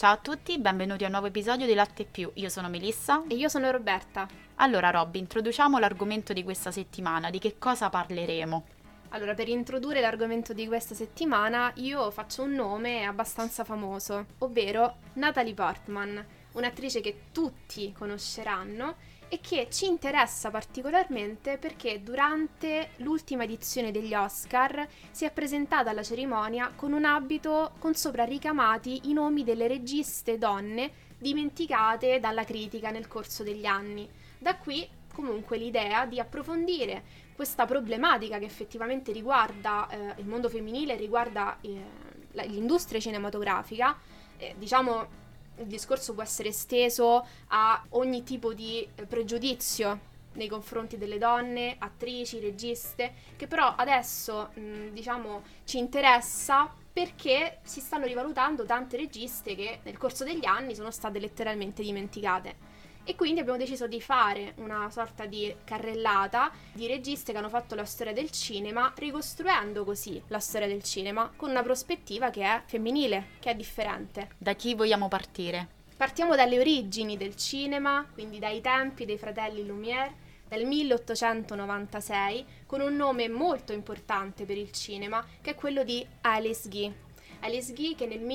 Ciao a tutti, benvenuti a un nuovo episodio di Latte Più. Io sono Melissa. E io sono Roberta. Allora, Robby, introduciamo l'argomento di questa settimana. Di che cosa parleremo? Allora, per introdurre l'argomento di questa settimana, io faccio un nome abbastanza famoso, ovvero Natalie Portman, un'attrice che tutti conosceranno e che ci interessa particolarmente perché durante l'ultima edizione degli Oscar si è presentata alla cerimonia con un abito con sopra ricamati i nomi delle registe donne dimenticate dalla critica nel corso degli anni. Da qui comunque l'idea di approfondire questa problematica che effettivamente riguarda il mondo femminile, riguarda l'industria cinematografica. Diciamo, il discorso può essere esteso a ogni tipo di pregiudizio nei confronti delle donne, attrici, registe, che però adesso diciamo ci interessa perché si stanno rivalutando tante registe che nel corso degli anni sono state letteralmente dimenticate. E quindi abbiamo deciso di fare una sorta di carrellata di registe che hanno fatto la storia del cinema, ricostruendo così la storia del cinema con una prospettiva che è femminile, che è differente. Da chi vogliamo partire? Partiamo dalle origini del cinema, quindi dai tempi dei fratelli Lumière, dal 1896, con un nome molto importante per il cinema, che è quello di Alice Guy. Alice Guy che nel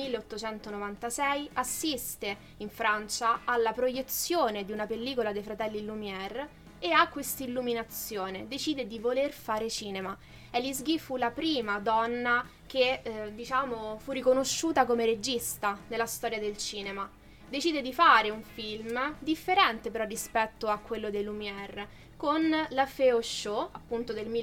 1896 assiste in Francia alla proiezione di una pellicola dei fratelli Lumière e ha questa illuminazione, decide di voler fare cinema. Alice Guy fu la prima donna che fu riconosciuta come regista nella storia del cinema. Decide di fare un film differente però rispetto a quello dei Lumière, con La Fée aux Choux, appunto del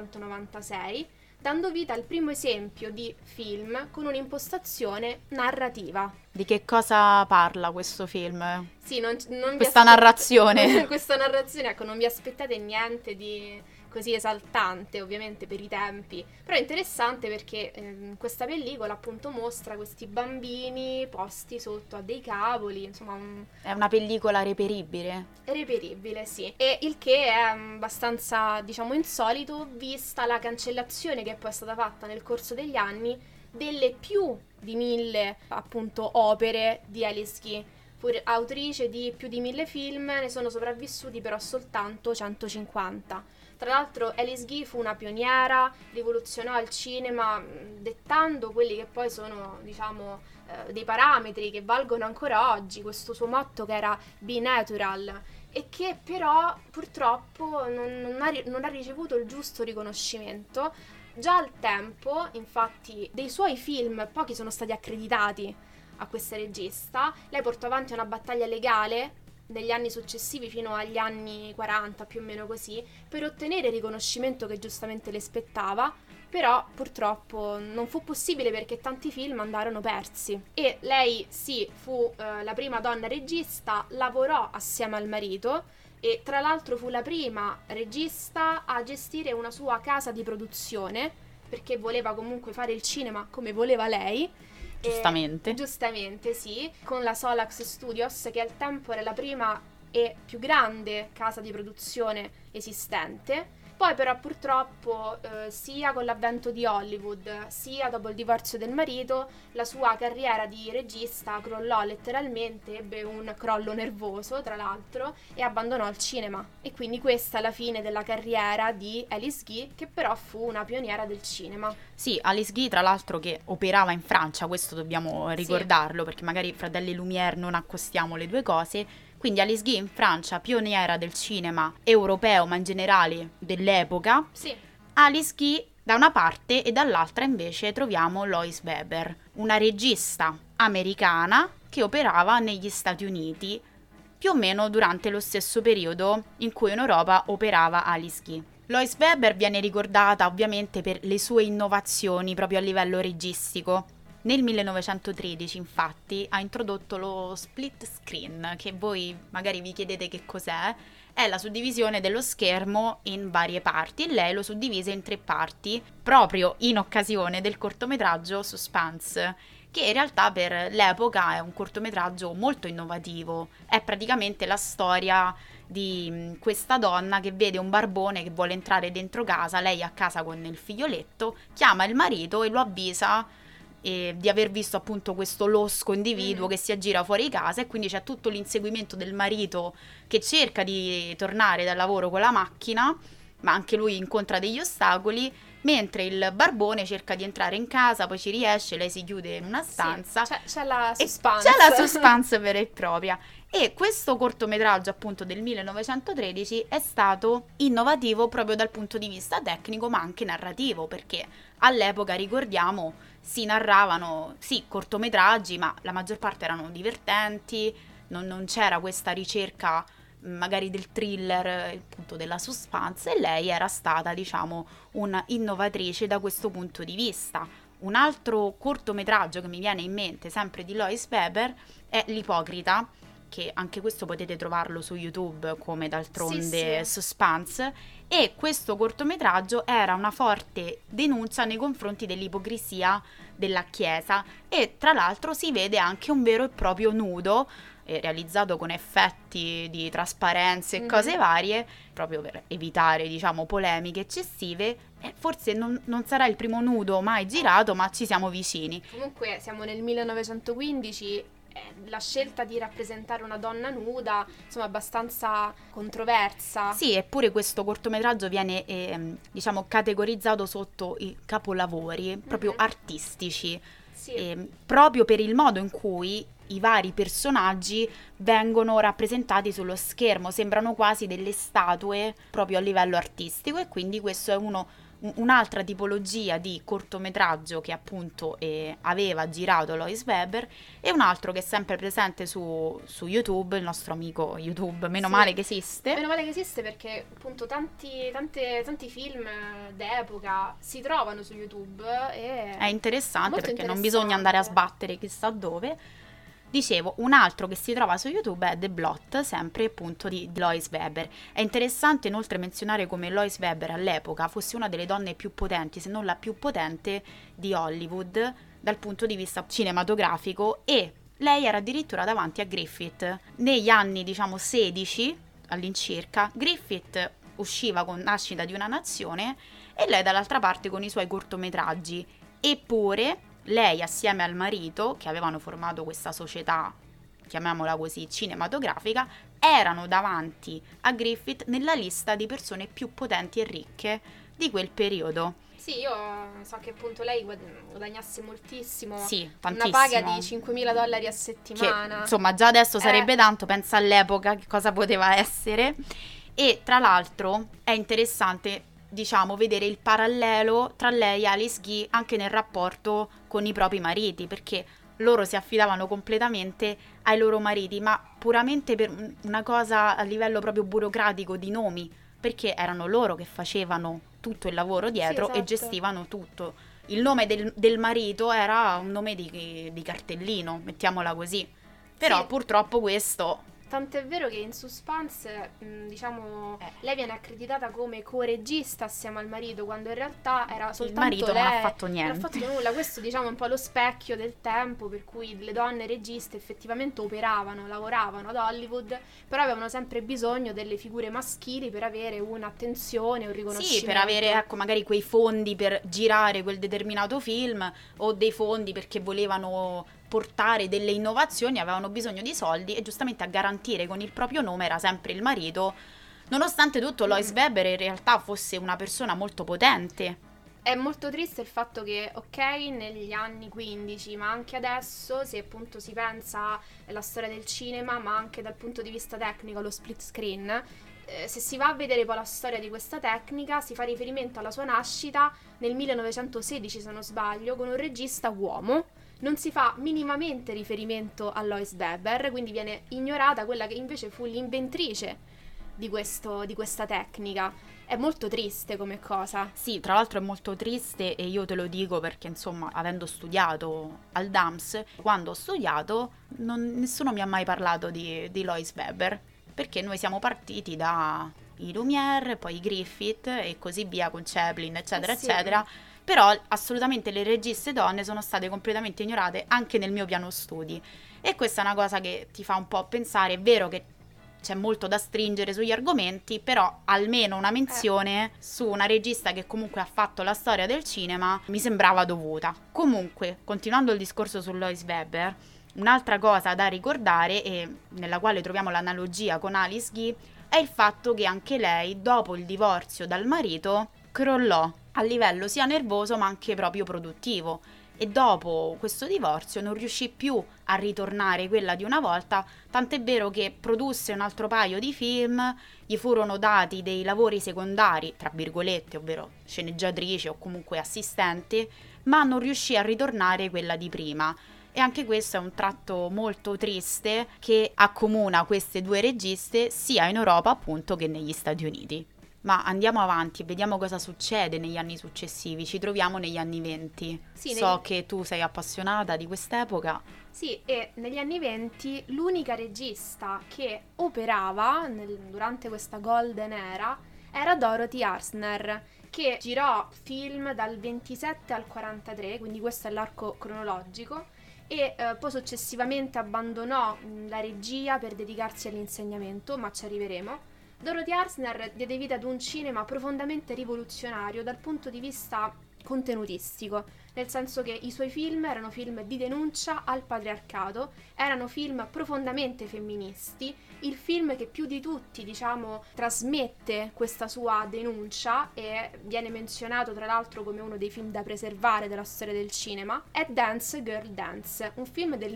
1896, dando vita al primo esempio di film con un'impostazione narrativa. Di che cosa parla questo film? Sì, non questa narrazione. Questa narrazione, ecco, non vi aspettate niente di così esaltante, ovviamente per i tempi, però è interessante perché questa pellicola appunto mostra questi bambini posti sotto a dei cavoli, insomma È una pellicola reperibile? Reperibile, sì, e il che è abbastanza, diciamo, insolito vista la cancellazione che poi è stata fatta nel corso degli anni delle più di 1000 appunto opere di Alice Guy. Autrice di più di 1000 film, ne sono sopravvissuti però soltanto 150. Tra l'altro Alice Guy fu una pioniera, rivoluzionò il cinema dettando quelli che poi sono, diciamo, dei parametri che valgono ancora oggi, questo suo motto che era Be Natural, e che però purtroppo non ha ricevuto il giusto riconoscimento. Già al tempo, infatti, dei suoi film pochi sono stati accreditati a questa regista. Lei portò avanti una battaglia legale negli anni successivi fino agli anni 40, più o meno così, per ottenere il riconoscimento che giustamente le spettava, però purtroppo non fu possibile perché tanti film andarono persi. E lei sì, fu la prima donna regista, lavorò assieme al marito e tra l'altro fu la prima regista a gestire una sua casa di produzione, perché voleva comunque fare il cinema come voleva lei. Giustamente, sì, con la Solax Studios, che al tempo era la prima e più grande casa di produzione esistente. Poi però purtroppo sia con l'avvento di Hollywood sia dopo il divorzio del marito la sua carriera di regista crollò letteralmente, ebbe un crollo nervoso tra l'altro e abbandonò il cinema, e quindi questa è la fine della carriera di Alice Guy, che però fu una pioniera del cinema. Sì, Alice Guy tra l'altro che operava in Francia, questo dobbiamo ricordarlo, sì, perché magari Fratelli Lumière non accostiamo le due cose. Quindi Alice Guy in Francia, pioniera del cinema europeo, ma in generale dell'epoca. Sì. Alice Guy da una parte e dall'altra invece troviamo Lois Weber, una regista americana che operava negli Stati Uniti, più o meno durante lo stesso periodo in cui in Europa operava Alice Guy. Lois Weber viene ricordata ovviamente per le sue innovazioni proprio a livello registico. Nel 1913, infatti, ha introdotto lo split screen, che voi magari vi chiedete che cos'è. È la suddivisione dello schermo in varie parti e lei lo suddivise in 3 parti, proprio in occasione del cortometraggio Suspense, che in realtà per l'epoca è un cortometraggio molto innovativo. È praticamente la storia di questa donna che vede un barbone che vuole entrare dentro casa, lei a casa con il figlioletto, chiama il marito e lo avvisa e di aver visto appunto questo losco individuo che si aggira fuori casa, e quindi c'è tutto l'inseguimento del marito che cerca di tornare dal lavoro con la macchina, ma anche lui incontra degli ostacoli, mentre il barbone cerca di entrare in casa, poi ci riesce, lei si chiude in una stanza. Sì, c'è la suspense. C'è la suspense vera e propria. E questo cortometraggio appunto del 1913 è stato innovativo proprio dal punto di vista tecnico ma anche narrativo, perché all'epoca, ricordiamo, si narravano sì cortometraggi, ma la maggior parte erano divertenti, non c'era questa ricerca magari del thriller, appunto della suspense, e lei era stata, diciamo, una innovatrice da questo punto di vista. Un altro cortometraggio che mi viene in mente, sempre di Lois Weber, è L'ipocrita, che anche questo potete trovarlo su YouTube come d'altronde Sì. suspense, e questo cortometraggio era una forte denuncia nei confronti dell'ipocrisia della Chiesa, e tra l'altro si vede anche un vero e proprio nudo realizzato con effetti di trasparenza e cose varie, proprio per evitare, diciamo, polemiche eccessive. Forse non sarà il primo nudo mai girato, ma ci siamo vicini. Comunque siamo nel 1915, la scelta di rappresentare una donna nuda, insomma, abbastanza controversa. Sì, eppure questo cortometraggio viene, diciamo, categorizzato sotto i capolavori proprio artistici, Sì. proprio per il modo in cui i vari personaggi vengono rappresentati sullo schermo, sembrano quasi delle statue proprio a livello artistico, e quindi questo è un'altra tipologia di cortometraggio che appunto aveva girato Lois Weber, e un altro che è sempre presente su YouTube, il nostro amico YouTube, meno male che esiste. Meno male che esiste, perché appunto tanti film d'epoca si trovano su YouTube e È interessante molto perché non interessante. bisogna andare a sbattere chissà dove. Dicevo, un altro che si trova su YouTube è The Blot, sempre appunto di Lois Weber. È interessante inoltre menzionare come Lois Weber all'epoca fosse una delle donne più potenti, se non la più potente, di Hollywood dal punto di vista cinematografico, e lei era addirittura davanti a Griffith. Negli anni, diciamo, 16 all'incirca, Griffith usciva con Nascita di una nazione e lei dall'altra parte con i suoi cortometraggi. Eppure lei, assieme al marito, che avevano formato questa società, chiamiamola così, cinematografica, erano davanti a Griffith nella lista di persone più potenti e ricche di quel periodo. Sì, io so che appunto lei guadagnasse moltissimo. Sì, una tantissimo. paga di $5.000 a settimana. Che, insomma, già adesso sarebbe tanto, pensa all'epoca che cosa poteva essere. E tra l'altro è interessante, diciamo, vedere il parallelo tra lei e Alice Guy anche nel rapporto con i propri mariti, perché loro si affidavano completamente ai loro mariti, ma puramente per una cosa a livello proprio burocratico di nomi, perché erano loro che facevano tutto il lavoro dietro, Sì, esatto. e gestivano tutto. Il nome del marito era un nome di cartellino, mettiamola così. Però Sì. purtroppo questo... Tant'è vero che in Suspense, diciamo, lei viene accreditata come co-regista assieme al marito, quando in realtà era soltanto marito lei. non ha fatto niente. Non ha fatto nulla. Questo, diciamo, è un po' lo specchio del tempo, per cui le donne registe effettivamente operavano, lavoravano ad Hollywood, però avevano sempre bisogno delle figure maschili per avere un'attenzione, un riconoscimento. Sì, per avere, ecco, magari quei fondi per girare quel determinato film, o dei fondi perché volevano portare delle innovazioni, avevano bisogno di soldi, e giustamente a garantire con il proprio nome era sempre il marito, nonostante tutto Lois Weber in realtà fosse una persona molto potente. È molto triste il fatto che, ok, negli anni 15, ma anche adesso, se appunto si pensa alla storia del cinema, ma anche dal punto di vista tecnico, allo split screen, se si va a vedere poi la storia di questa tecnica, si fa riferimento alla sua nascita nel 1916, se non sbaglio, con un regista uomo. Non si fa minimamente riferimento a Lois Weber, quindi viene ignorata quella che invece fu l'inventrice di questa tecnica. È molto triste come cosa. Sì, tra l'altro è molto triste, e io te lo dico perché, insomma, avendo studiato al DAMS, quando ho studiato nessuno mi ha mai parlato di Lois Weber, perché noi siamo partiti da i Lumière, poi i Griffith e così via, con Chaplin, eccetera, Sì. eccetera. Però assolutamente le registe donne sono state completamente ignorate anche nel mio piano studi, e questa è una cosa che ti fa un po' pensare. È vero che c'è molto da stringere sugli argomenti, però almeno una menzione su una regista che comunque ha fatto la storia del cinema mi sembrava dovuta. Comunque, continuando il discorso su Lois Weber, un'altra cosa da ricordare, e nella quale troviamo l'analogia con Alice Guy, è il fatto che anche lei, dopo il divorzio dal marito, crollò a livello sia nervoso ma anche proprio produttivo, e dopo questo divorzio non riuscì più a ritornare quella di una volta, tant'è vero che produsse un altro paio di film, gli furono dati dei lavori secondari, tra virgolette, ovvero sceneggiatrice o comunque assistente, ma non riuscì a ritornare quella di prima. E anche questo è un tratto molto triste che accomuna queste due registe sia in Europa appunto che negli Stati Uniti. Ma andiamo avanti e vediamo cosa succede negli anni successivi. Ci troviamo negli anni '20. Sì, so che tu sei appassionata di quest'epoca. Sì, e negli anni '20 l'unica regista che operava durante questa golden era era Dorothy Arzner, che girò film dal 27 al 43, quindi questo è l'arco cronologico, e poi successivamente abbandonò la regia per dedicarsi all'insegnamento, ma ci arriveremo. Dorothy Arzner diede vita ad un cinema profondamente rivoluzionario dal punto di vista contenutistico, nel senso che i suoi film erano film di denuncia al patriarcato, erano film profondamente femministi, il film che più di tutti, diciamo, trasmette questa sua denuncia e viene menzionato tra l'altro come uno dei film da preservare della storia del cinema, è Dance Girl Dance, un film del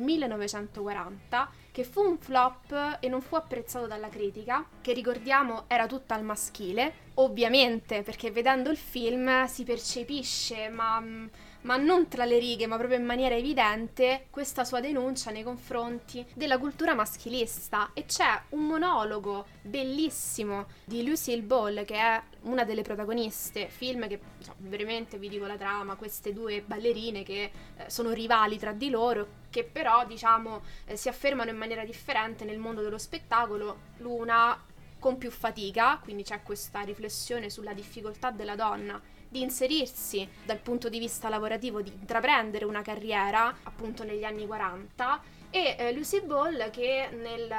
1940 che fu un flop e non fu apprezzato dalla critica, che ricordiamo era tutta al maschile, ovviamente perché vedendo il film si percepisce, ma non tra le righe, ma proprio in maniera evidente, questa sua denuncia nei confronti della cultura maschilista. E c'è un monologo bellissimo di Lucille Ball, che è una delle protagoniste, film che, brevemente vi dico la trama, queste due ballerine che sono rivali tra di loro, che però, si affermano in maniera differente nel mondo dello spettacolo, l'una con più fatica, quindi c'è questa riflessione sulla difficoltà della donna di inserirsi dal punto di vista lavorativo, di intraprendere una carriera appunto negli anni 40, e Lucille Ball che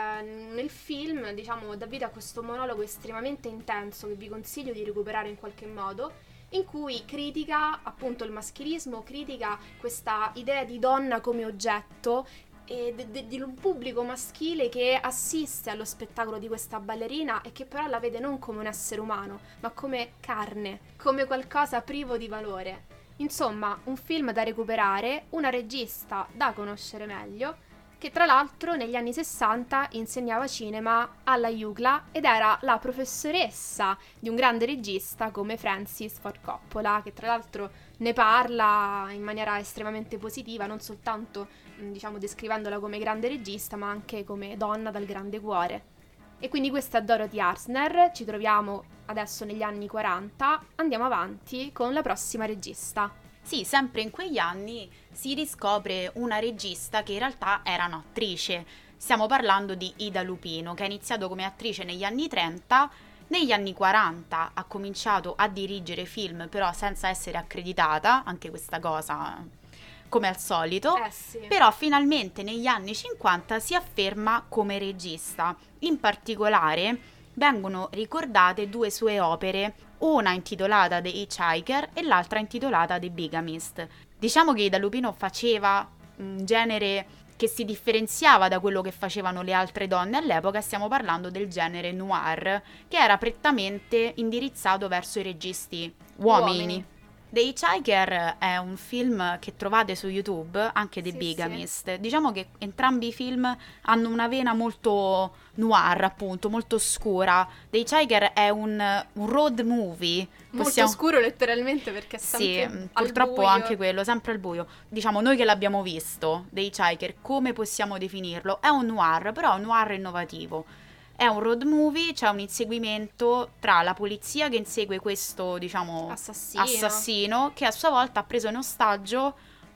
nel film dà vita a questo monologo estremamente intenso che vi consiglio di recuperare in qualche modo, in cui critica appunto il maschilismo, critica questa idea di donna come oggetto e di un pubblico maschile che assiste allo spettacolo di questa ballerina e che però la vede non come un essere umano, ma come carne, come qualcosa privo di valore. Insomma, un film da recuperare, una regista da conoscere meglio, che tra l'altro negli anni 60 insegnava cinema alla UCLA ed era la professoressa di un grande regista come Francis Ford Coppola, che tra l'altro ne parla in maniera estremamente positiva, non soltanto descrivendola come grande regista, ma anche come donna dal grande cuore. E quindi questa è Dorothy Arzner, ci troviamo adesso negli anni 40, andiamo avanti con la prossima regista. Sì, sempre in quegli anni si riscopre una regista che in realtà era un'attrice. Stiamo parlando di Ida Lupino, che ha iniziato come attrice negli anni 30, negli anni 40 ha cominciato a dirigere film, però senza essere accreditata, anche questa cosa come al solito, sì. Però finalmente negli anni 50 si afferma come regista. In particolare vengono ricordate due sue opere, una intitolata The Hitchhiker e l'altra intitolata The Bigamist. Diciamo che Ida Lupino faceva un genere che si differenziava da quello che facevano le altre donne all'epoca, stiamo parlando del genere noir, che era prettamente indirizzato verso i registi uomini. The Hitchhiker è un film che trovate su YouTube, anche The Bigamist. Sì. Diciamo che entrambi i film hanno una vena molto noir, appunto, molto scura. The Hitchhiker è un road movie. Molto scuro letteralmente perché è sempre al purtroppo buio. Anche quello, sempre al buio. Diciamo, noi che l'abbiamo visto, The Hitchhiker, come possiamo definirlo? È un noir, però è un noir innovativo. È un road movie, c'è un inseguimento tra la polizia che insegue questo, assassino che a sua volta ha preso in ostaggio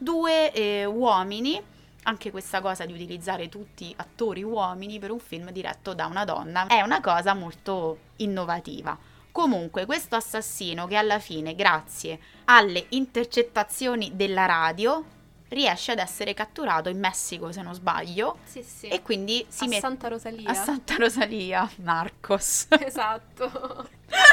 due uomini. Anche questa cosa di utilizzare tutti attori uomini per un film diretto da una donna è una cosa molto innovativa. Comunque, questo assassino che alla fine, grazie alle intercettazioni della radio, riesce ad essere catturato in Messico, se non sbaglio, Sì, sì. e quindi si mette Santa Rosalia. a Santa Rosalia, Narcos. Esatto.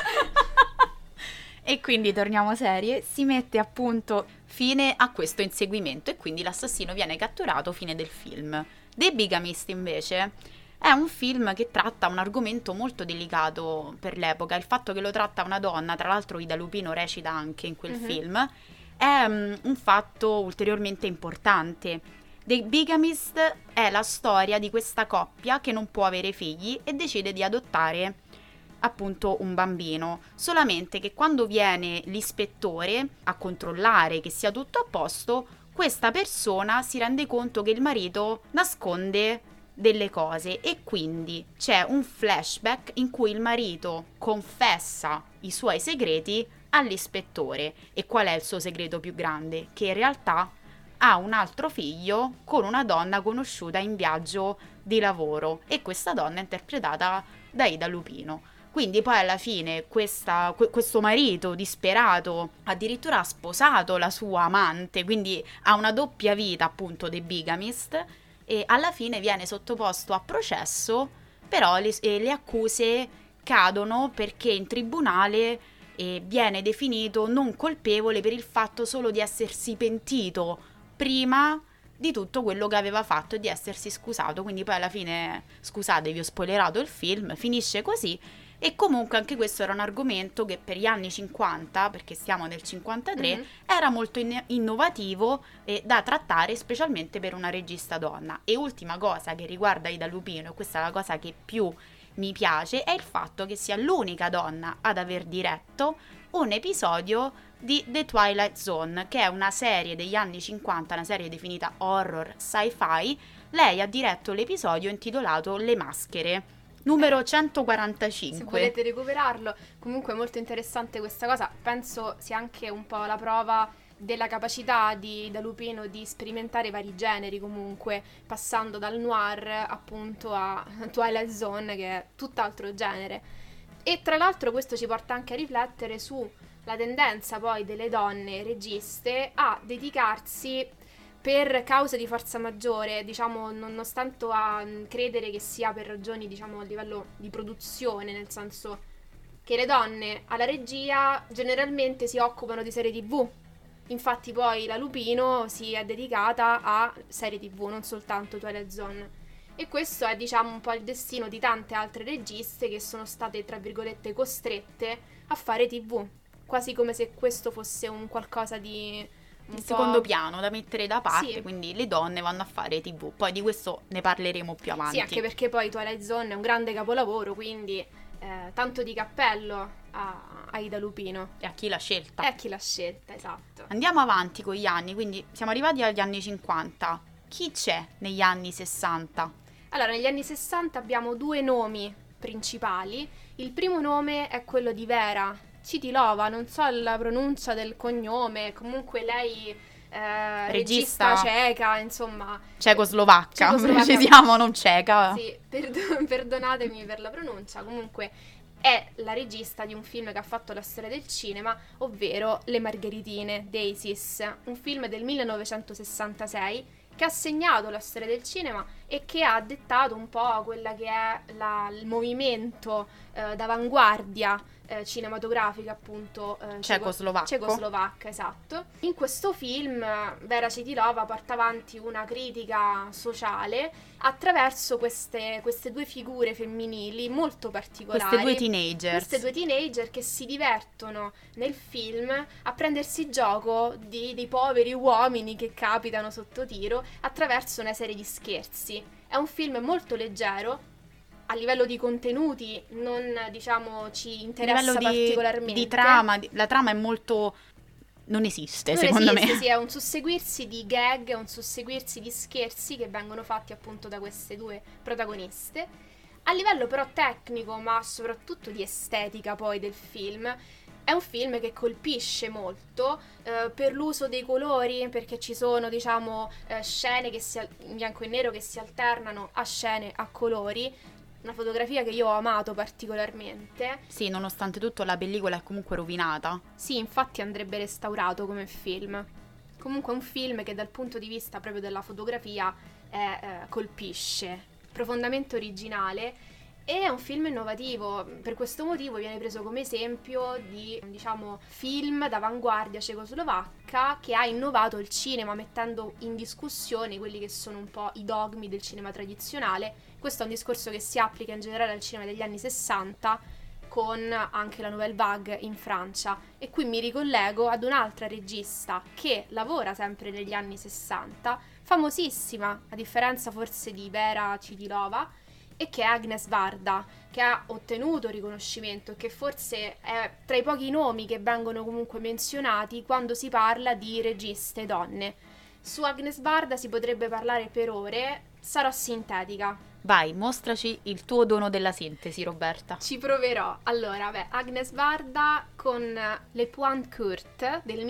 E quindi torniamo serie, si mette appunto fine a questo inseguimento e quindi l'assassino viene catturato, fine del film. The Bigamist invece è un film che tratta un argomento molto delicato per l'epoca, il fatto che lo tratta una donna, tra l'altro Ida Lupino recita anche in quel film, è un fatto ulteriormente importante. The Bigamist è la storia di questa coppia che non può avere figli e decide di adottare appunto un bambino, solamente che quando viene l'ispettore a controllare che sia tutto a posto, questa persona si rende conto che il marito nasconde delle cose e quindi c'è un flashback in cui il marito confessa i suoi segreti all'ispettore. E qual è il suo segreto più grande? Che in realtà ha un altro figlio con una donna conosciuta in viaggio di lavoro e questa donna è interpretata da Ida Lupino. Quindi poi alla fine questo marito disperato addirittura ha sposato la sua amante, quindi ha una doppia vita appunto dei bigamist e alla fine viene sottoposto a processo, però le accuse cadono perché in tribunale viene definito non colpevole per il fatto solo di essersi pentito prima di tutto quello che aveva fatto e di essersi scusato. Quindi poi alla fine, scusate, vi ho spoilerato il film, finisce così. E comunque anche questo era un argomento che per gli anni 50, perché siamo nel 53, era molto innovativo e da trattare specialmente per una regista donna. E ultima cosa che riguarda Ida Lupino, e questa è la cosa che più mi piace, è il fatto che sia l'unica donna ad aver diretto un episodio di The Twilight Zone, che è una serie degli anni 50, una serie definita horror sci-fi. Lei ha diretto l'episodio intitolato Le maschere, numero 145. Se volete recuperarlo, comunque è molto interessante questa cosa, penso sia anche un po' la prova della capacità da Lupino di sperimentare vari generi comunque, passando dal noir appunto a Twilight Zone che è tutt'altro genere. E tra l'altro questo ci porta anche a riflettere sulla tendenza poi delle donne registe a dedicarsi per cause di forza maggiore, diciamo, non tanto a credere che sia per ragioni, diciamo, a livello di produzione, nel senso che le donne alla regia generalmente si occupano di serie TV. Infatti poi la Lupino si è dedicata a serie TV, non soltanto Twilight Zone. E questo è, diciamo, un po' il destino di tante altre registe che sono state, tra virgolette, costrette a fare TV. Quasi come se questo fosse un qualcosa di in secondo piano da mettere da parte, sì. Quindi le donne vanno a fare TV. Poi di questo ne parleremo più avanti. Sì, anche perché poi Twilight Zone è un grande capolavoro, quindi tanto di cappello a Ida Lupino. E a chi l'ha scelta. E a chi l'ha scelta, esatto. Andiamo avanti con gli anni, quindi siamo arrivati agli anni 50. Chi c'è negli anni 60? Allora, negli anni 60 abbiamo due nomi principali. Il primo nome è quello di Vera Citilova, non so la pronuncia del cognome, comunque lei regista ceca, insomma cecoslovacca, precisiamo, non ceca. Sì, perdonatemi per la pronuncia, comunque è la regista di un film che ha fatto la storia del cinema, ovvero Le Margheritine, Daisies, un film del 1966 che ha segnato la storia del cinema e che ha dettato un po' quella che è il movimento d'avanguardia cinematografica, appunto cecoslovacca, esatto. In questo film Vera Citilova porta avanti una critica sociale attraverso queste due figure femminili molto particolari, queste due teenager che si divertono nel film a prendersi gioco dei poveri uomini che capitano sotto tiro attraverso una serie di scherzi. È un film molto leggero. A livello di contenuti non, diciamo, ci interessa particolarmente. Di trama, la trama è molto... non esiste, secondo me. Sì, è un susseguirsi di gag, è un susseguirsi di scherzi che vengono fatti appunto da queste due protagoniste. A livello però tecnico, ma soprattutto di estetica poi del film, è un film che colpisce molto per l'uso dei colori, perché ci sono, diciamo, scene in bianco e nero che si alternano a scene a colori. Una fotografia che io ho amato particolarmente. Sì, nonostante tutto la pellicola è comunque rovinata. Sì, infatti andrebbe restaurato come film. Comunque è un film che dal punto di vista proprio della fotografia colpisce, profondamente originale. E è un film innovativo, per questo motivo viene preso come esempio di, diciamo, film d'avanguardia cecoslovacca che ha innovato il cinema mettendo in discussione quelli che sono un po' i dogmi del cinema tradizionale. Questo è un discorso che si applica in generale al cinema degli anni 60 con anche la Nouvelle Vague in Francia. E qui mi ricollego ad un'altra regista che lavora sempre negli anni 60, famosissima, a differenza forse di Vera Citilova, e che è Agnes Varda, che ha ottenuto riconoscimento e che forse è tra i pochi nomi che vengono comunque menzionati quando si parla di registe donne. Su Agnes Varda si potrebbe parlare per ore, sarò sintetica. Vai, mostraci il tuo dono della sintesi, Roberta. Ci proverò. Allora, Agnes Varda con Le Point Courte del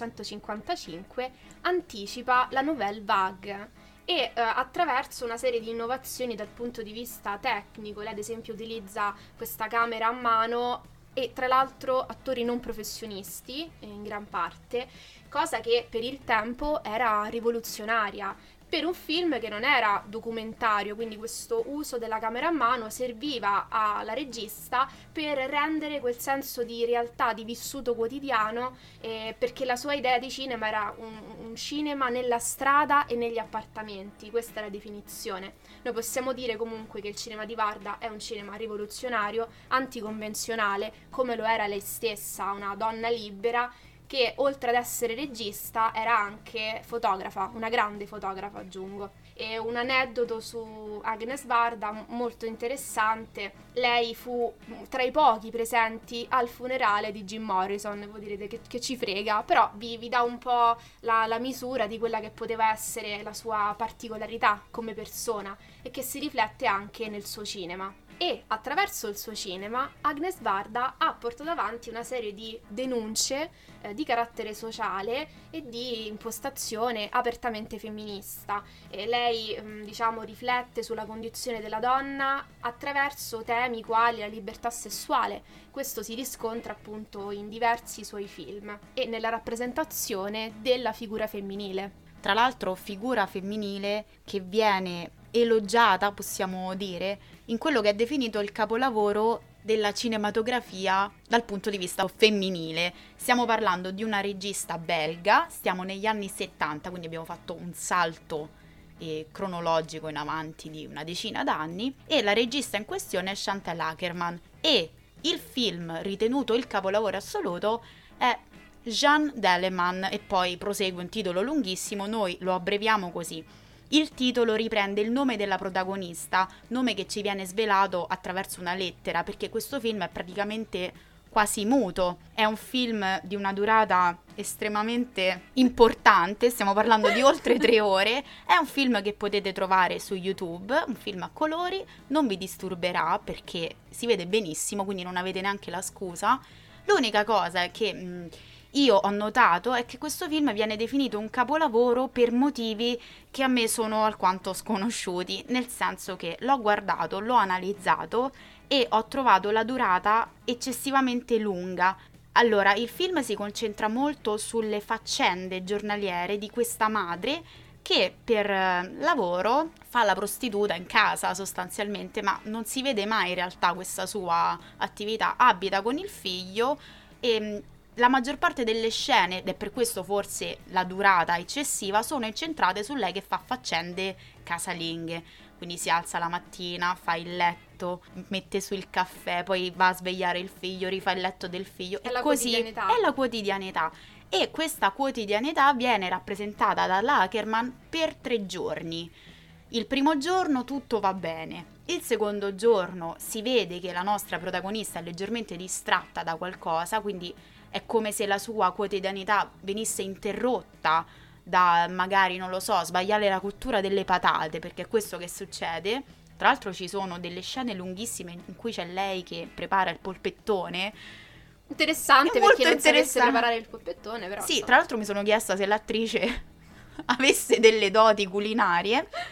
1955 anticipa la Nouvelle Vague e attraverso una serie di innovazioni dal punto di vista tecnico. Lei ad esempio utilizza questa camera a mano e tra l'altro attori non professionisti in gran parte, cosa che per il tempo era rivoluzionaria. Per un film che non era documentario, quindi questo uso della camera a mano serviva alla regista per rendere quel senso di realtà, di vissuto quotidiano, perché la sua idea di cinema era un cinema nella strada e negli appartamenti, questa è la definizione. Noi possiamo dire comunque che il cinema di Varda è un cinema rivoluzionario, anticonvenzionale, come lo era lei stessa, una donna libera, che oltre ad essere regista era anche fotografa, una grande fotografa aggiungo. E un aneddoto su Agnes Varda molto interessante: lei fu tra i pochi presenti al funerale di Jim Morrison. Voi direte che ci frega, però vi dà un po' la misura di quella che poteva essere la sua particolarità come persona e che si riflette anche nel suo cinema. E attraverso il suo cinema Agnes Varda ha portato avanti una serie di denunce di carattere sociale e di impostazione apertamente femminista. E lei diciamo riflette sulla condizione della donna attraverso temi quali la libertà sessuale. Questo si riscontra appunto in diversi suoi film e nella rappresentazione della figura femminile. Tra l'altro figura femminile che viene elogiata, possiamo dire, in quello che è definito il capolavoro della cinematografia dal punto di vista femminile. Stiamo parlando di una regista belga, stiamo negli anni 70, quindi abbiamo fatto un salto cronologico in avanti di una decina d'anni, e la regista in questione è Chantal Akerman, e il film ritenuto il capolavoro assoluto è Jeanne d'Aleman, e poi prosegue un titolo lunghissimo, noi lo abbreviamo così. Il titolo riprende il nome della protagonista, nome che ci viene svelato attraverso una lettera, perché questo film è praticamente quasi muto. È un film di una durata estremamente importante, stiamo parlando di oltre 3 ore. È un film che potete trovare su YouTube, un film a colori, non vi disturberà perché si vede benissimo, quindi non avete neanche la scusa. L'unica cosa è che io ho notato è che questo film viene definito un capolavoro per motivi che a me sono alquanto sconosciuti, nel senso che l'ho guardato, l'ho analizzato e ho trovato la durata eccessivamente lunga. Allora, il film si concentra molto sulle faccende giornaliere di questa madre che per lavoro fa la prostituta in casa sostanzialmente, ma non si vede mai in realtà questa sua attività, abita con il figlio e la maggior parte delle scene, ed è per questo forse la durata eccessiva, sono incentrate su lei che fa faccende casalinghe. Quindi si alza la mattina, fa il letto, mette su il caffè, poi va a svegliare il figlio, rifà il letto del figlio. È la così quotidianità. è la quotidianità. E questa quotidianità viene rappresentata dalla Akerman per 3 giorni. Il primo giorno tutto va bene. Il secondo giorno si vede che la nostra protagonista è leggermente distratta da qualcosa, quindi è come se la sua quotidianità venisse interrotta da magari, non lo so, sbagliare la cottura delle patate, perché è questo che succede. Tra l'altro ci sono delle scene lunghissime in cui c'è lei che prepara il polpettone. Interessante, perché non sapesse preparare il polpettone, però. Sì, tra l'altro mi sono chiesta se l'attrice avesse delle doti culinarie.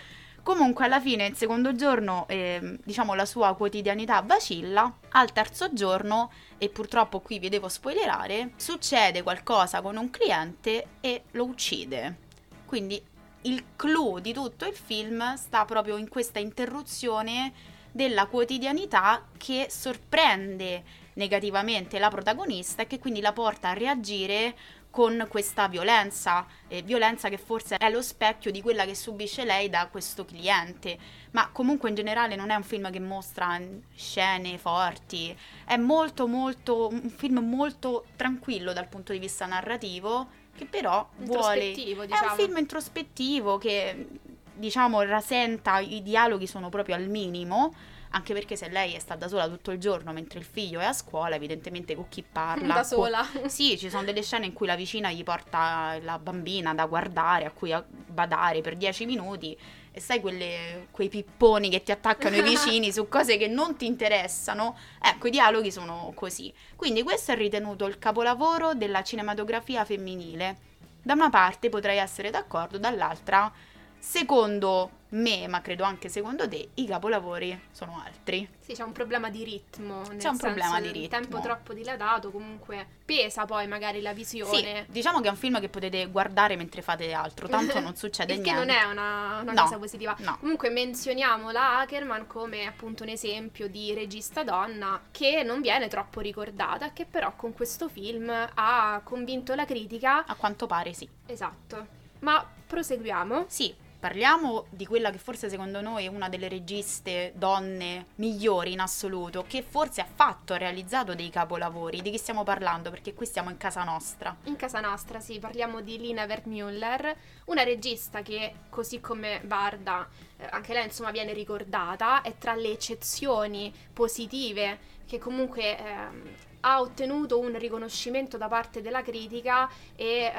Comunque alla fine il secondo giorno, diciamo, la sua quotidianità vacilla. Al terzo giorno, e purtroppo qui vi devo spoilerare, succede qualcosa con un cliente e lo uccide. Quindi il clou di tutto il film sta proprio in questa interruzione della quotidianità che sorprende negativamente la protagonista e che quindi la porta a reagire con questa violenza che forse è lo specchio di quella che subisce lei da questo cliente. Ma comunque in generale non è un film che mostra scene forti, è un film molto tranquillo dal punto di vista narrativo, che però introspettivo, è diciamo. un film introspettivo che, diciamo, rasenta, i dialoghi sono proprio al minimo. Anche perché se lei è stata sola tutto il giorno mentre il figlio è a scuola, evidentemente con chi parla? Da sola. Sì, ci sono delle scene in cui la vicina gli porta la bambina da guardare, a cui badare per 10 minuti, e sai quei pipponi che ti attaccano i vicini su cose che non ti interessano? Ecco, i dialoghi sono così. Quindi questo è ritenuto il capolavoro della cinematografia femminile. Da una parte potrei essere d'accordo, dall'altra, secondo me, ma credo anche secondo te, i capolavori sono altri. Sì, c'è un problema di ritmo. C'è un problema di ritmo. Il tempo troppo dilatato comunque pesa poi magari la visione. Sì, diciamo che è un film che potete guardare mentre fate altro, tanto non succede il niente. che non è una No, cosa positiva. no. Comunque menzioniamo la Akerman come appunto un esempio di regista donna che non viene troppo ricordata, che però con questo film ha convinto la critica. A quanto pare sì. Esatto. Ma proseguiamo. Sì, parliamo di quella che forse secondo noi è una delle registe donne migliori in assoluto, che forse ha realizzato dei capolavori. Di chi stiamo parlando? Perché qui stiamo in casa nostra. In casa nostra, sì, parliamo di Lina Wertmüller, una regista che, così come Varda, anche lei insomma viene ricordata, è tra le eccezioni positive che comunque ha ottenuto un riconoscimento da parte della critica e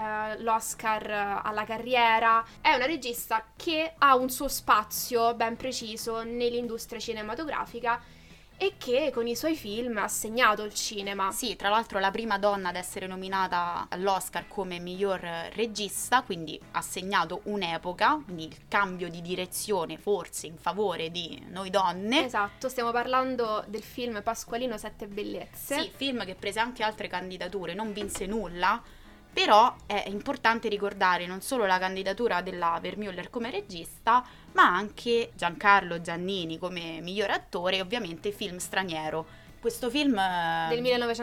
l'Oscar alla carriera. È una regista che ha un suo spazio ben preciso nell'industria cinematografica e che con i suoi film ha segnato il cinema. Sì, tra l'altro la prima donna ad essere nominata all'Oscar come miglior regista, quindi ha segnato un'epoca, quindi il cambio di direzione forse in favore di noi donne. Esatto, stiamo parlando del film Pasqualino Sette Bellezze. Sì, film che prese anche altre candidature, non vinse nulla, però è importante ricordare non solo la candidatura della Wertmüller come regista, ma anche Giancarlo Giannini come miglior attore e ovviamente film straniero. Questo film del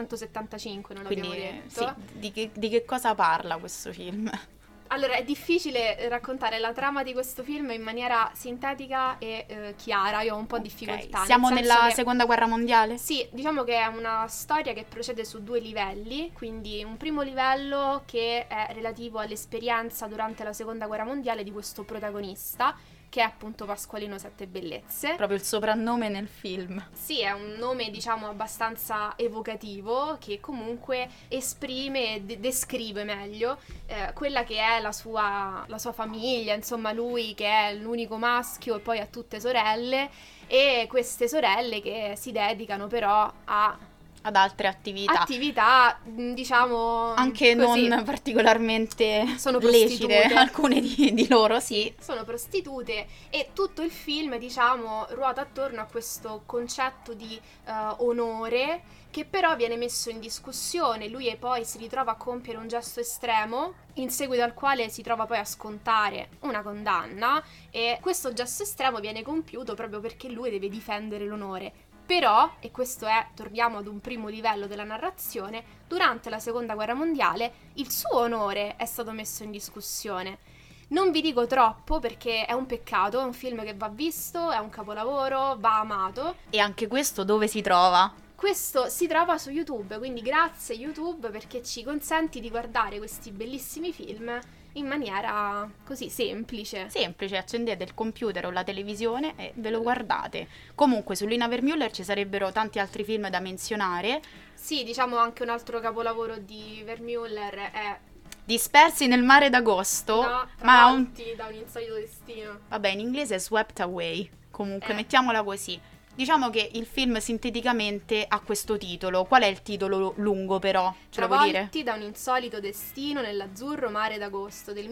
1975, non l'abbiamo detto. Sì, di che cosa parla questo film? Allora, è difficile raccontare la trama di questo film in maniera sintetica e chiara, io ho un po' di difficoltà. Siamo nella Seconda Guerra Mondiale? Sì, diciamo che è una storia che procede su 2 livelli, quindi un primo livello che è relativo all'esperienza durante la Seconda Guerra Mondiale di questo protagonista, che è appunto Pasqualino Sette Bellezze. Proprio il soprannome nel film. Sì, è un nome diciamo abbastanza evocativo che comunque esprime, descrive meglio quella che è la sua famiglia, insomma lui che è l'unico maschio e poi ha tutte sorelle e queste sorelle che si dedicano però ad altre attività, diciamo anche così, non particolarmente sono lecite, alcune di loro sì. Sono prostitute e tutto il film diciamo ruota attorno a questo concetto di onore che però viene messo in discussione. Lui e poi si ritrova a compiere un gesto estremo in seguito al quale si trova poi a scontare una condanna e questo gesto estremo viene compiuto proprio perché lui deve difendere l'onore. Però, e questo è, torniamo ad un primo livello della narrazione, durante la Seconda Guerra Mondiale il suo onore è stato messo in discussione. Non vi dico troppo perché è un peccato, è un film che va visto, è un capolavoro, va amato. E anche questo dove si trova? Questo si trova su YouTube, quindi grazie YouTube perché ci consenti di guardare questi bellissimi film in maniera così semplice. Semplice, accendete il computer o la televisione e ve lo guardate. Comunque su Lina Wertmüller ci sarebbero tanti altri film da menzionare. Sì, diciamo anche un altro capolavoro di Wertmüller è Dispersi nel mare d'agosto, da un insolito destino. Vabbè, in inglese è Swept Away. Comunque, mettiamola così. Diciamo che il film sinteticamente ha questo titolo. Qual è il titolo lungo però? Ce lo vuoi dire? Travolti da un insolito destino nell'azzurro mare d'agosto del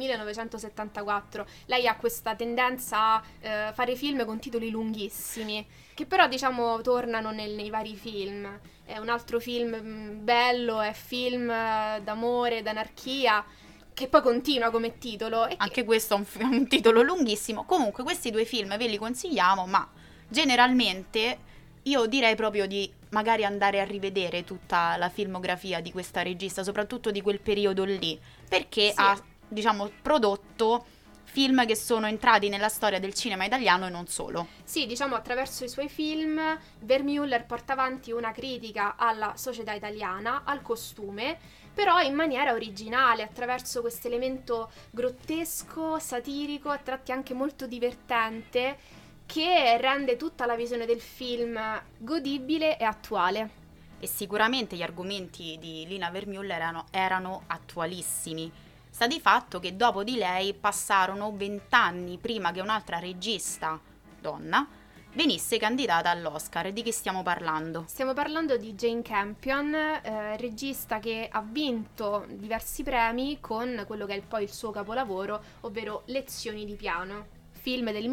1974. Lei ha questa tendenza a fare film con titoli lunghissimi, che però diciamo tornano nei vari film. È un altro film bello, è film d'amore, d'anarchia, che poi continua come titolo. E Anche questo è un titolo lunghissimo. Comunque questi due film ve li consigliamo, ma generalmente io direi proprio di magari andare a rivedere tutta la filmografia di questa regista, soprattutto di quel periodo lì, perché Sì. ha, diciamo, prodotto film che sono entrati nella storia del cinema italiano e non solo. Sì, diciamo attraverso i suoi film Vermeulen porta avanti una critica alla società italiana, al costume, però in maniera originale, attraverso questo elemento grottesco, satirico, a tratti anche molto divertente, che rende tutta la visione del film godibile e attuale. E sicuramente gli argomenti di Lina Vermeulen erano attualissimi. Sta di fatto che dopo di lei passarono 20 anni prima che un'altra regista, donna, venisse candidata all'Oscar. Di chi stiamo parlando? Stiamo parlando di Jane Campion, regista che ha vinto diversi premi con quello che è poi il suo capolavoro, ovvero Lezioni di piano, film del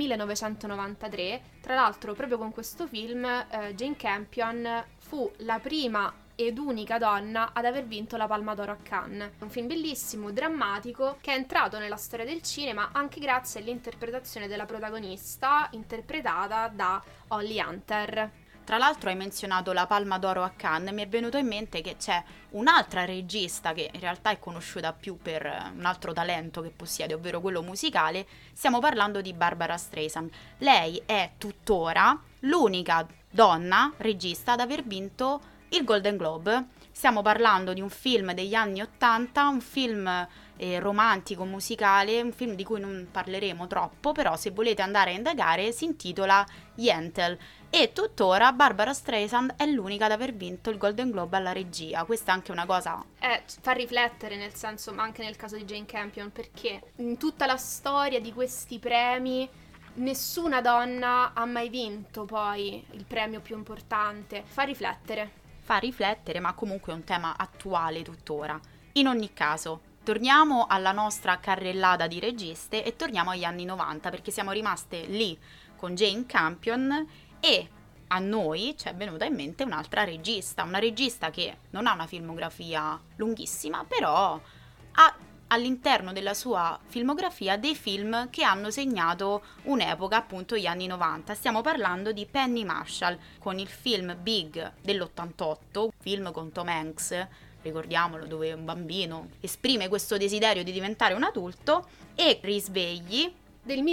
1993. Tra l'altro proprio con questo film Jane Campion fu la prima ed unica donna ad aver vinto la Palma d'Oro a Cannes. È un film bellissimo, drammatico, che è entrato nella storia del cinema anche grazie all'interpretazione della protagonista, interpretata da Holly Hunter. Tra l'altro hai menzionato la Palma d'Oro a Cannes, mi è venuto in mente che c'è un'altra regista che in realtà è conosciuta più per un altro talento che possiede, ovvero quello musicale. Stiamo parlando di Barbara Streisand. Lei è tuttora l'unica donna regista ad aver vinto il Golden Globe. Stiamo parlando di un film degli anni '80, un film romantico, musicale, un film di cui non parleremo troppo, però se volete andare a indagare si intitola Yentl. E tuttora Barbara Streisand è l'unica ad aver vinto il Golden Globe alla regia. Questa è anche una cosa... Fa riflettere, nel senso, ma anche nel caso di Jane Campion, perché in tutta la storia di questi premi nessuna donna ha mai vinto poi il premio più importante. Fa riflettere, ma comunque è un tema attuale tuttora. In ogni caso, torniamo alla nostra carrellata di registe e torniamo agli anni 90, perché siamo rimaste lì con Jane Campion e a noi ci è venuta in mente un'altra regista, una regista che non ha una filmografia lunghissima, però ha all'interno della sua filmografia dei film che hanno segnato un'epoca, appunto gli anni 90. Stiamo parlando di Penny Marshall con il film Big dell'88, film con Tom Hanks, ricordiamolo, dove un bambino esprime questo desiderio di diventare un adulto, e Risvegli del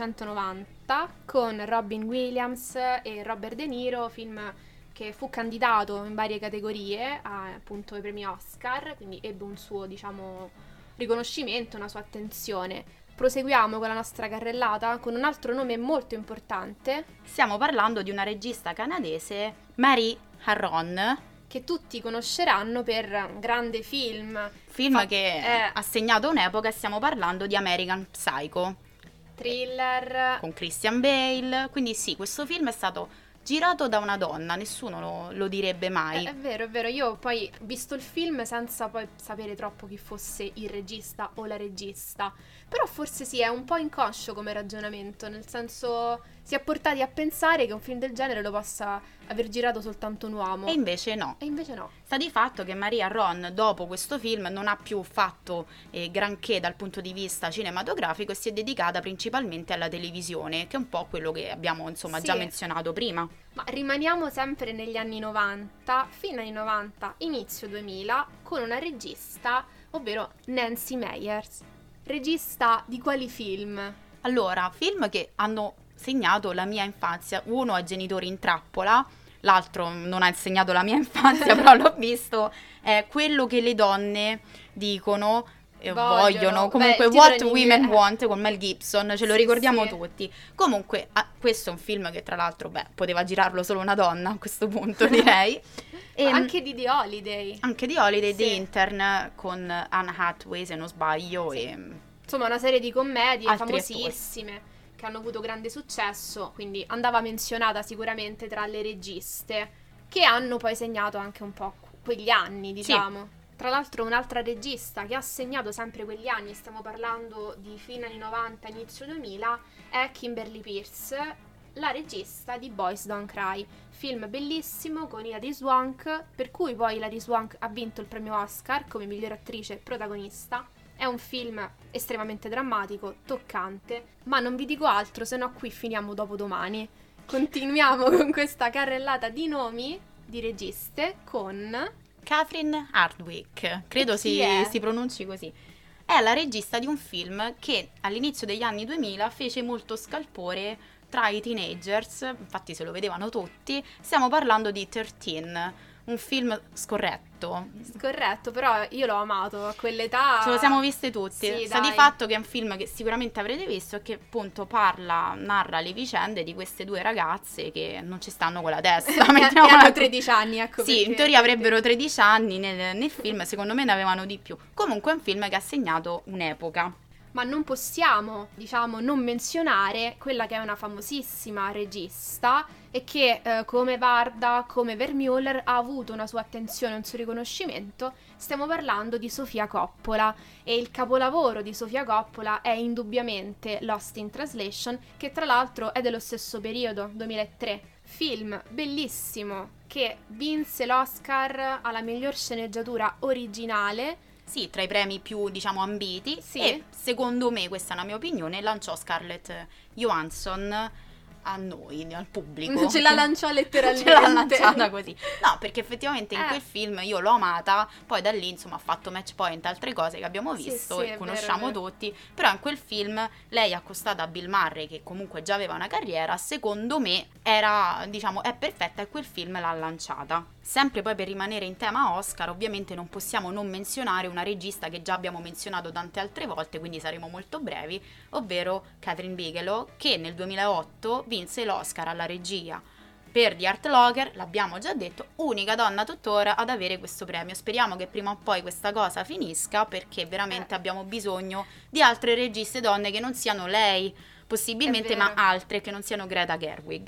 1990 con Robin Williams e Robert De Niro, film che fu candidato in varie categorie appunto ai premi Oscar, quindi ebbe un suo, diciamo, riconoscimento, una sua attenzione. Proseguiamo con la nostra carrellata con un altro nome molto importante. Stiamo parlando di una regista canadese, Marie Harron, che tutti conosceranno per un grande film che ha segnato un'epoca. Stiamo parlando di American Psycho, thriller con Christian Bale. Quindi sì, questo film è stato girato da una donna, nessuno lo direbbe mai. È vero, io poi ho visto il film senza poi sapere troppo chi fosse il regista o la regista, però forse sì, è un po' inconscio come ragionamento, nel senso si è portati a pensare che un film del genere lo possa aver girato soltanto un uomo. E invece no. Sta di fatto che Marie Harron dopo questo film non ha più fatto granché dal punto di vista cinematografico e si è dedicata principalmente alla televisione, che è un po' quello che abbiamo già menzionato prima. Ma rimaniamo sempre negli anni 90, fine anni 90, inizio 2000, con una regista, ovvero Nancy Meyers. Regista di quali film? Allora, film che hanno segnato la mia infanzia. Uno è Genitori in trappola, l'altro non ha segnato la mia infanzia, però l'ho visto. È Quello che le donne dicono, vogliono. Comunque, What Women Want con Mel Gibson, ce lo ricordiamo tutti. Comunque, questo è un film che tra l'altro, poteva girarlo solo una donna a questo punto, direi. E anche di The Holiday. Anche di Holiday, The Intern con Anne Hathaway, se non sbaglio. E insomma, una serie di commedie famosissime. che hanno avuto grande successo, quindi andava menzionata sicuramente tra le registe, che hanno poi segnato anche un po' quegli anni, diciamo. Sì. Tra l'altro un'altra regista che ha segnato sempre quegli anni, stiamo parlando di fine anni 90, inizio 2000, è Kimberly Peirce, la regista di Boys Don't Cry, film bellissimo con Hilary Swank, per cui poi Hilary Swank ha vinto il premio Oscar come miglior attrice protagonista. È un film estremamente drammatico, toccante, ma non vi dico altro, se no qui finiamo dopo domani. Continuiamo con questa carrellata di nomi di registe con Catherine Hardwicke, credo si pronunci così. È la regista di un film che all'inizio degli anni 2000 fece molto scalpore tra i teenagers, infatti se lo vedevano tutti. Stiamo parlando di 13, un film scorretto. Scorretto, però io l'ho amato a quell'età. Ce lo siamo viste tutti. Sì, Sta di fatto che è un film che sicuramente avrete visto e che appunto narra le vicende di queste due ragazze che non ci stanno con la testa. Hanno 13 anni, ecco. Sì, in teoria avrebbero 13 anni nel film, secondo me ne avevano di più. Comunque è un film che ha segnato un'epoca. Ma non possiamo, diciamo, non menzionare quella che è una famosissima regista e che come Varda, come Vermeuler ha avuto una sua attenzione, un suo riconoscimento. Stiamo parlando di Sofia Coppola e il capolavoro di Sofia Coppola è indubbiamente Lost in Translation, che tra l'altro è dello stesso periodo, 2003. Film bellissimo che vinse l'Oscar alla miglior sceneggiatura originale. Sì, tra i premi più, diciamo, ambiti. Sì. E secondo me, questa è una mia opinione, lanciò Scarlett Johansson a noi, al pubblico. Ce la lanciò letteralmente. Ce l'ha lanciata così. No, perché effettivamente in quel film io l'ho amata, poi da lì insomma ha fatto Match Point, altre cose che abbiamo visto e conosciamo tutti, però in quel film lei accostata a Bill Murray, che comunque già aveva una carriera, secondo me era, diciamo, è perfetta e quel film l'ha lanciata. Sempre poi per rimanere in tema Oscar, ovviamente non possiamo non menzionare una regista che già abbiamo menzionato tante altre volte, quindi saremo molto brevi, ovvero Catherine Bigelow, che nel 2008 vinse l'Oscar alla regia per The Hurt Locker, l'abbiamo già detto, unica donna tuttora ad avere questo premio. Speriamo che prima o poi questa cosa finisca, perché veramente abbiamo bisogno di altre registe donne che non siano lei, possibilmente, ma altre che non siano Greta Gerwig.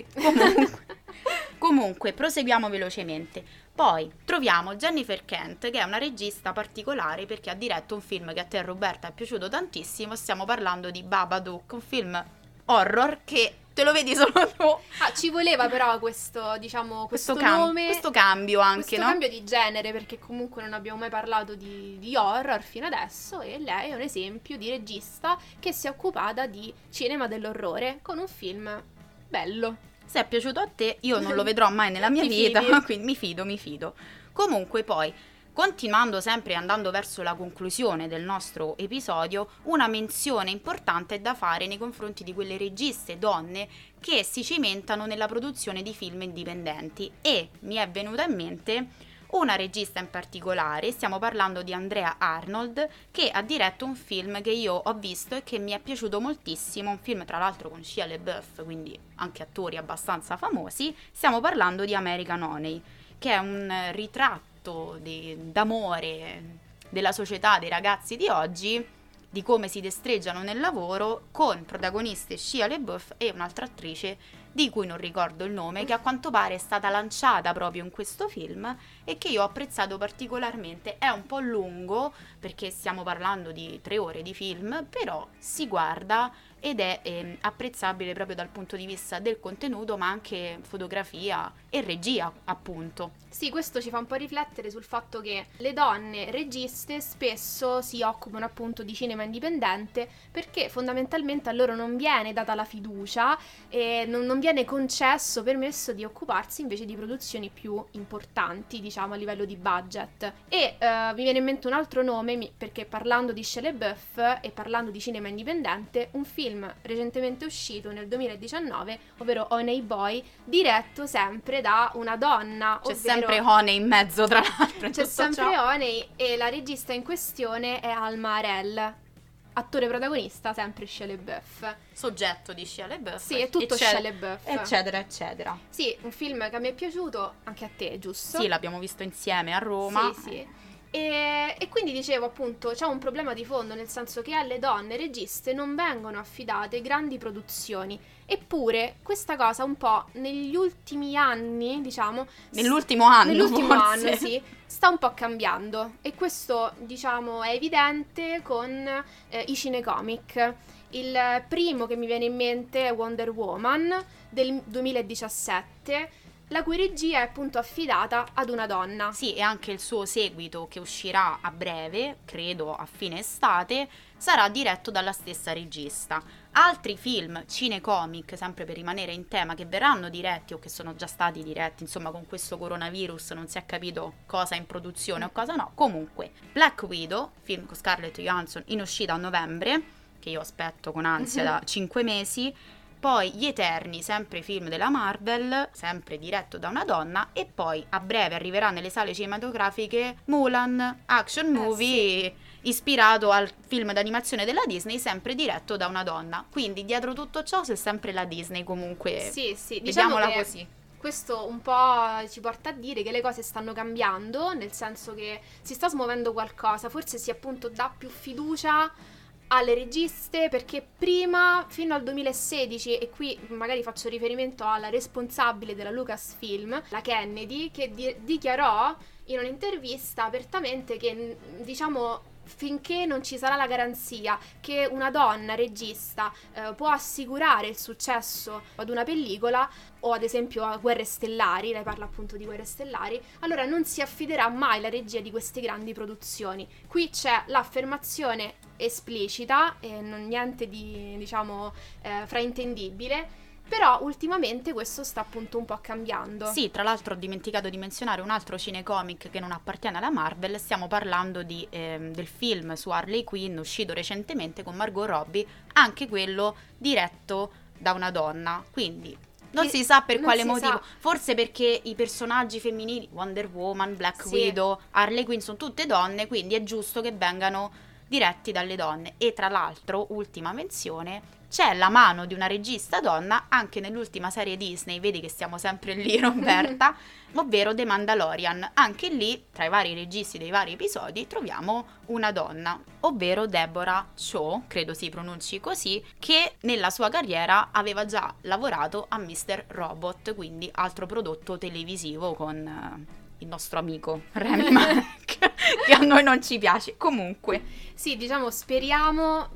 Comunque, proseguiamo velocemente. Poi troviamo Jennifer Kent, che è una regista particolare perché ha diretto un film che a te, Roberta, è piaciuto tantissimo. Stiamo parlando di Babadook, un film horror che te lo vedi solo tu. Ci voleva però questo, diciamo, questo nome, questo cambio anche, questo cambio di genere, perché comunque non abbiamo mai parlato di horror fino adesso, e lei è un esempio di regista che si è occupata di cinema dell'orrore con un film bello. Se è piaciuto a te, io non lo vedrò mai nella mia vita, quindi mi fido. Comunque poi, continuando sempre e andando verso la conclusione del nostro episodio, una menzione importante è da fare nei confronti di quelle registe donne che si cimentano nella produzione di film indipendenti, e mi è venuta in mente una regista in particolare. Stiamo parlando di Andrea Arnold, che ha diretto un film che io ho visto e che mi è piaciuto moltissimo, un film tra l'altro con Shia LaBeouf, quindi anche attori abbastanza famosi. Stiamo parlando di American Honey, che è un ritratto d'amore della società dei ragazzi di oggi, di come si destreggiano nel lavoro, con protagoniste Shia LaBeouf e un'altra attrice di cui non ricordo il nome, che a quanto pare è stata lanciata proprio in questo film e che io ho apprezzato particolarmente. È un po' lungo perché stiamo parlando di 3 ore di film, però si guarda ed è apprezzabile proprio dal punto di vista del contenuto, ma anche fotografia e regia, appunto. Sì, questo ci fa un po' riflettere sul fatto che le donne registe spesso si occupano appunto di cinema indipendente perché fondamentalmente a loro non viene data la fiducia e non viene concesso, permesso di occuparsi invece di produzioni più importanti, diciamo, a livello di budget. E mi viene in mente un altro nome, perché parlando di Shia LaBeouf e parlando di cinema indipendente, un film recentemente uscito nel 2019, ovvero Honey Boy, diretto sempre da una donna. C'è sempre Honey in mezzo, tra l'altro. C'è sempre Honey, e la regista in questione è Alma Har'el, attore protagonista sempre Shia LaBeouf, soggetto di Shia LaBeouf. Sì, è tutto Shia LaBeouf, eccetera eccetera. Sì, un film che a me è piaciuto, anche a te, giusto? Sì, l'abbiamo visto insieme a Roma. Sì. E quindi dicevo appunto c'è un problema di fondo, nel senso che alle donne registe non vengono affidate grandi produzioni, eppure questa cosa un po' negli ultimi anni, diciamo, nell'ultimo anno anno sì, sta un po' cambiando, e questo diciamo è evidente con i cinecomic. Il primo che mi viene in mente è Wonder Woman del 2017, la cui regia è appunto affidata ad una donna. Sì, e anche il suo seguito, che uscirà a breve, credo a fine estate, sarà diretto dalla stessa regista. Altri film cinecomic, sempre per rimanere in tema, che verranno diretti o che sono già stati diretti, insomma con questo coronavirus non si è capito cosa è in produzione o cosa no. Comunque, Black Widow, film con Scarlett Johansson, in uscita a novembre, che io aspetto con ansia da 5 mesi. Poi Gli Eterni, sempre film della Marvel, sempre diretto da una donna, e poi a breve arriverà nelle sale cinematografiche Mulan, action movie, ispirato al film d'animazione della Disney, sempre diretto da una donna. Quindi dietro tutto ciò c'è sempre la Disney comunque. Sì, vediamola diciamo così. Questo un po' ci porta a dire che le cose stanno cambiando, nel senso che si sta smuovendo qualcosa, forse si appunto dà più fiducia alle registe, perché prima, fino al 2016, e qui magari faccio riferimento alla responsabile della Lucasfilm, la Kennedy, che dichiarò in un'intervista apertamente che, diciamo, finché non ci sarà la garanzia che una donna regista può assicurare il successo ad una pellicola, o ad esempio a Guerre Stellari, lei parla appunto di Guerre Stellari, allora non si affiderà mai la regia di queste grandi produzioni. Qui c'è l'affermazione esplicita e non niente di, diciamo, fraintendibile. Però ultimamente questo sta appunto un po' cambiando. Sì, tra l'altro ho dimenticato di menzionare un altro cinecomic che non appartiene alla Marvel. Stiamo parlando del film su Harley Quinn uscito recentemente con Margot Robbie, anche quello diretto da una donna. Quindi non si sa per quale motivo. Forse perché i personaggi femminili, Wonder Woman, Black Widow, Harley Quinn, sono tutte donne, quindi è giusto che vengano diretti dalle donne. E tra l'altro, ultima menzione, c'è la mano di una regista donna anche nell'ultima serie Disney, vedi che stiamo sempre lì, Roberta, ovvero The Mandalorian. Anche lì, tra i vari registi dei vari episodi, troviamo una donna, ovvero Deborah Chow, credo si pronunci così, che nella sua carriera aveva già lavorato a Mr. Robot, quindi altro prodotto televisivo con il nostro amico Rami Malek, che a noi non ci piace. Comunque, sì, diciamo, speriamo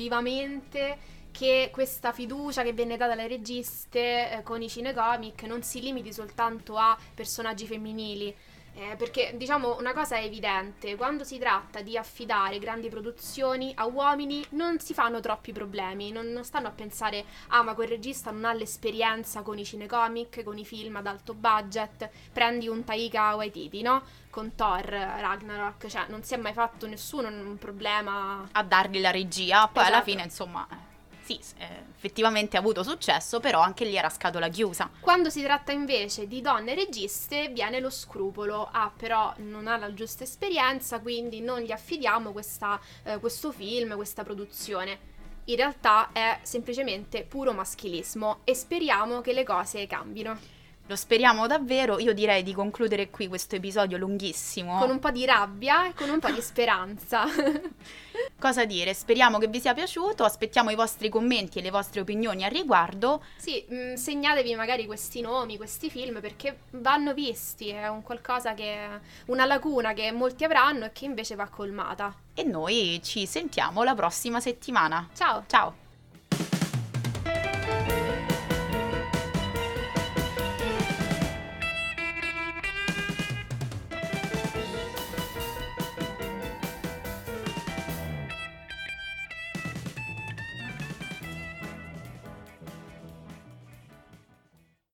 vivamente che questa fiducia che viene data alle registe con i cinecomic non si limiti soltanto a personaggi femminili, perché diciamo una cosa è evidente: quando si tratta di affidare grandi produzioni a uomini non si fanno troppi problemi, non stanno a pensare ma quel regista non ha l'esperienza con i cinecomic, con i film ad alto budget. Prendi un Taika Waititi, no? Con Thor Ragnarok, cioè non si è mai fatto nessuno un problema a dargli la regia, poi esatto. Alla fine insomma sì, effettivamente ha avuto successo, però anche lì era scatola chiusa. Quando si tratta invece di donne registe viene lo scrupolo: però non ha la giusta esperienza, quindi non gli affidiamo questo film, questa produzione. In realtà è semplicemente puro maschilismo, e speriamo che le cose cambino. Lo speriamo davvero. Io direi di concludere qui questo episodio lunghissimo con un po' di rabbia e con un po' di speranza. Cosa dire? Speriamo che vi sia piaciuto, aspettiamo i vostri commenti e le vostre opinioni al riguardo. Sì, segnatevi magari questi nomi, questi film, perché vanno visti, è un qualcosa una lacuna che molti avranno e che invece va colmata. E noi ci sentiamo la prossima settimana. Ciao! Ciao!